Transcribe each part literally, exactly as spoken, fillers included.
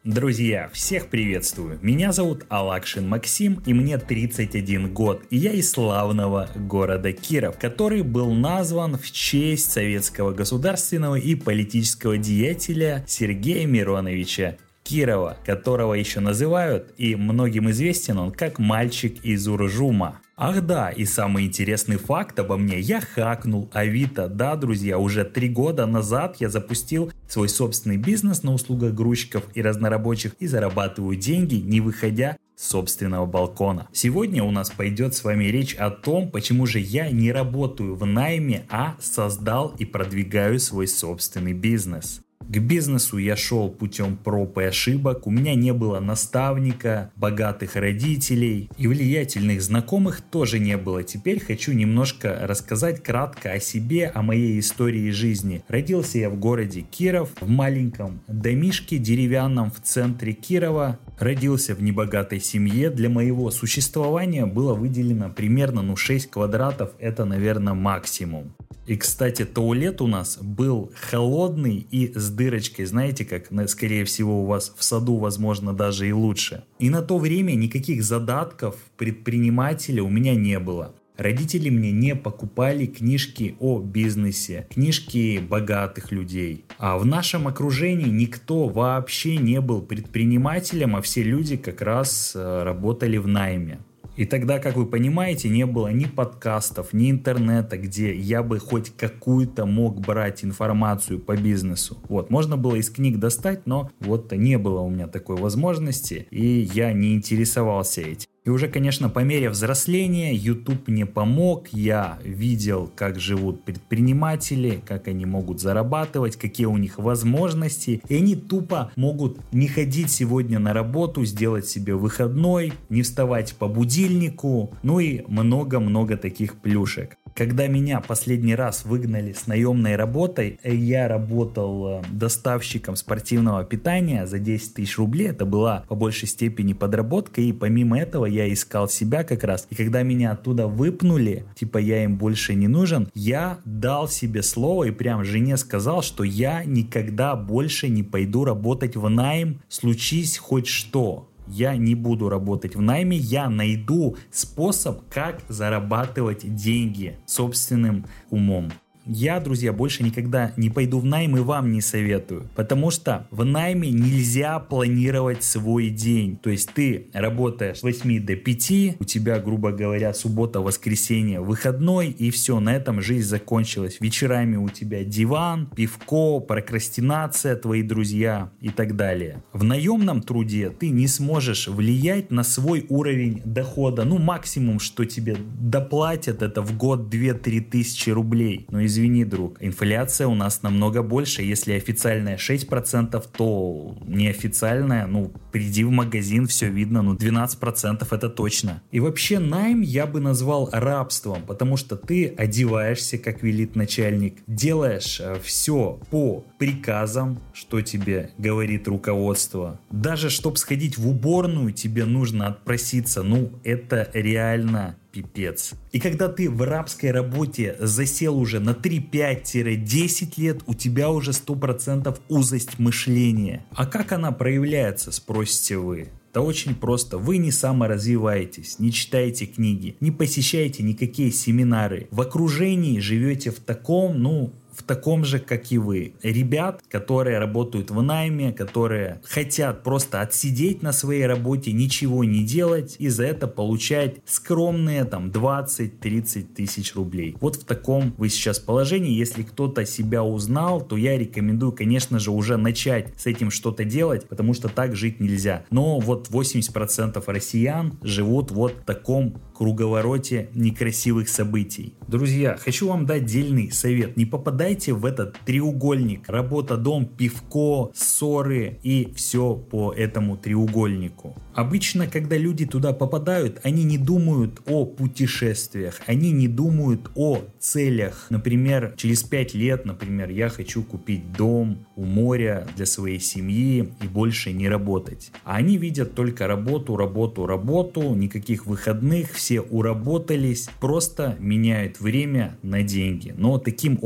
Друзья, всех приветствую! Меня зовут Алакшин Максим, и мне тридцать один год, и я из славного города Киров, который был назван в честь советского государственного и политического деятеля Сергея Мироновича Кирова, которого еще называют, и многим известен он как мальчик из Уржума. Ах да, и самый интересный факт обо мне: я хакнул Авито. Да, друзья, уже три года назад я запустил свой собственный бизнес на услугах грузчиков и разнорабочих и зарабатываю деньги, не выходя с собственного балкона. Сегодня у нас пойдет с вами речь о том, почему же я не работаю в найме, а создал и продвигаю свой собственный бизнес. К бизнесу я шел путем проб и ошибок, у меня не было наставника, богатых родителей и влиятельных знакомых тоже не было. Теперь хочу немножко рассказать кратко о себе, о моей истории жизни. Родился я в городе Киров, в маленьком домишке деревянном в центре Кирова. Родился в небогатой семье, для моего существования было выделено примерно ну, шесть квадратов, это, наверное, максимум. И, кстати, туалет у нас был холодный и с дырочкой, знаете, как, скорее всего, у вас в саду, возможно, даже и лучше. И на то время никаких задатков предпринимателя у меня не было. Родители мне не покупали книжки о бизнесе, книжки богатых людей. А в нашем окружении никто вообще не был предпринимателем, а все люди как раз работали в найме. И тогда, как вы понимаете, не было ни подкастов, ни интернета, где я бы хоть какую-то мог брать информацию по бизнесу. Вот, можно было из книг достать, но вот не было у меня такой возможности, и я не интересовался этим. И уже, конечно, по мере взросления YouTube мне помог, я видел, как живут предприниматели, как они могут зарабатывать, какие у них возможности. И они тупо могут не ходить сегодня на работу, сделать себе выходной, не вставать по будильнику, ну и много-много таких плюшек. Когда меня последний раз выгнали с наемной работой, я работал доставщиком спортивного питания за десять тысяч рублей. Это была по большей степени подработка, и помимо этого я искал себя как раз. И когда меня оттуда выпнули, типа я им больше не нужен, я дал себе слово и прям жене сказал, что я никогда больше не пойду работать в найм, случись хоть что. Я не буду работать в найме, я найду способ, как зарабатывать деньги собственным умом. Я, друзья, больше никогда не пойду в найм и вам не советую, потому что в найме нельзя планировать свой день. То есть ты работаешь с восьми до пяти, у тебя, грубо говоря, суббота, воскресенье, выходной, и все, на этом жизнь закончилась. Вечерами у тебя диван, пивко, прокрастинация, твои друзья и так далее. В наемном труде ты не сможешь влиять на свой уровень дохода. Ну, максимум, что тебе доплатят, это в год две-три тысячи рублей. Но извини, друг, инфляция у нас намного больше. Если официальная шесть процентов, то неофициальная, ну, приди в магазин, все видно, ну, двенадцать процентов это точно. И вообще найм я бы назвал рабством, потому что ты одеваешься, как велит начальник, делаешь все по приказам, что тебе говорит руководство. Даже чтобы сходить в уборную, тебе нужно отпроситься. Ну, это реально пипец. И когда ты в рабской работе засел уже на три-пять-десять лет, у тебя уже сто процентов узость мышления. А как она проявляется, спросите вы? Да очень просто. Вы не саморазвиваетесь, не читаете книги, не посещаете никакие семинары. В окружении живете в таком, ну, в таком же, как и вы. Ребят, которые работают в найме, которые хотят просто отсидеть на своей работе, ничего не делать и за это получать скромные там двадцать-тридцать тысяч рублей. Вот в таком вы сейчас положении. Если кто-то себя узнал, то я рекомендую, конечно же, уже начать с этим что-то делать, потому что так жить нельзя. Но вот восемьдесят процентов россиян живут вот в таком круговороте некрасивых событий. Друзья, хочу вам дать дельный совет. Не попадайте в этот треугольник. Работа, дом, пивко, ссоры и все по этому треугольнику. Обычно, когда люди туда попадают, они не думают о путешествиях, они не думают о целях. Например, через пять лет, например, я хочу купить дом у моря для своей семьи и больше не работать. А они видят только работу, работу, работу, никаких выходных, все уработались, просто меняют время на деньги. Но таким образом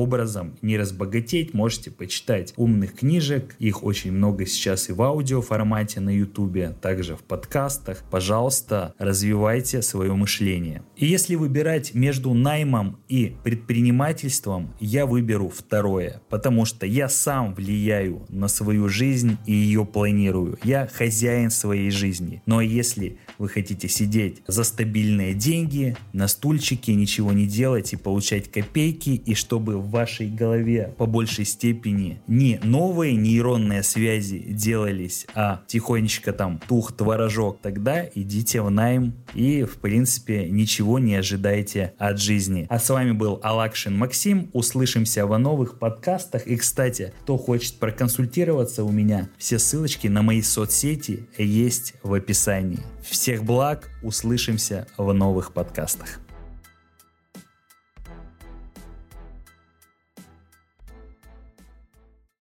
финансам не разбогатеть, можете почитать умных книжек. Их очень много сейчас и в аудио формате на ютубе, также в подкастах. Пожалуйста, развивайте свое мышление. И если выбирать между наймом и предпринимательством, я выберу второе, потому что я сам влияю на свою жизнь и ее планирую. Я хозяин своей жизни. Но если вы хотите сидеть за стабильные деньги, на стульчике, ничего не делать и получать копейки, и чтобы в вашей голове по большей степени не новые нейронные связи делались, а тихонечко там тух творожок, тогда идите в найм и в принципе ничего не ожидайте от жизни. А с вами был Алакшин Максим. Услышимся в новых подкастах. И, кстати, кто хочет проконсультироваться у меня, все ссылочки на мои соцсети есть в описании. Всех благ, услышимся в новых подкастах.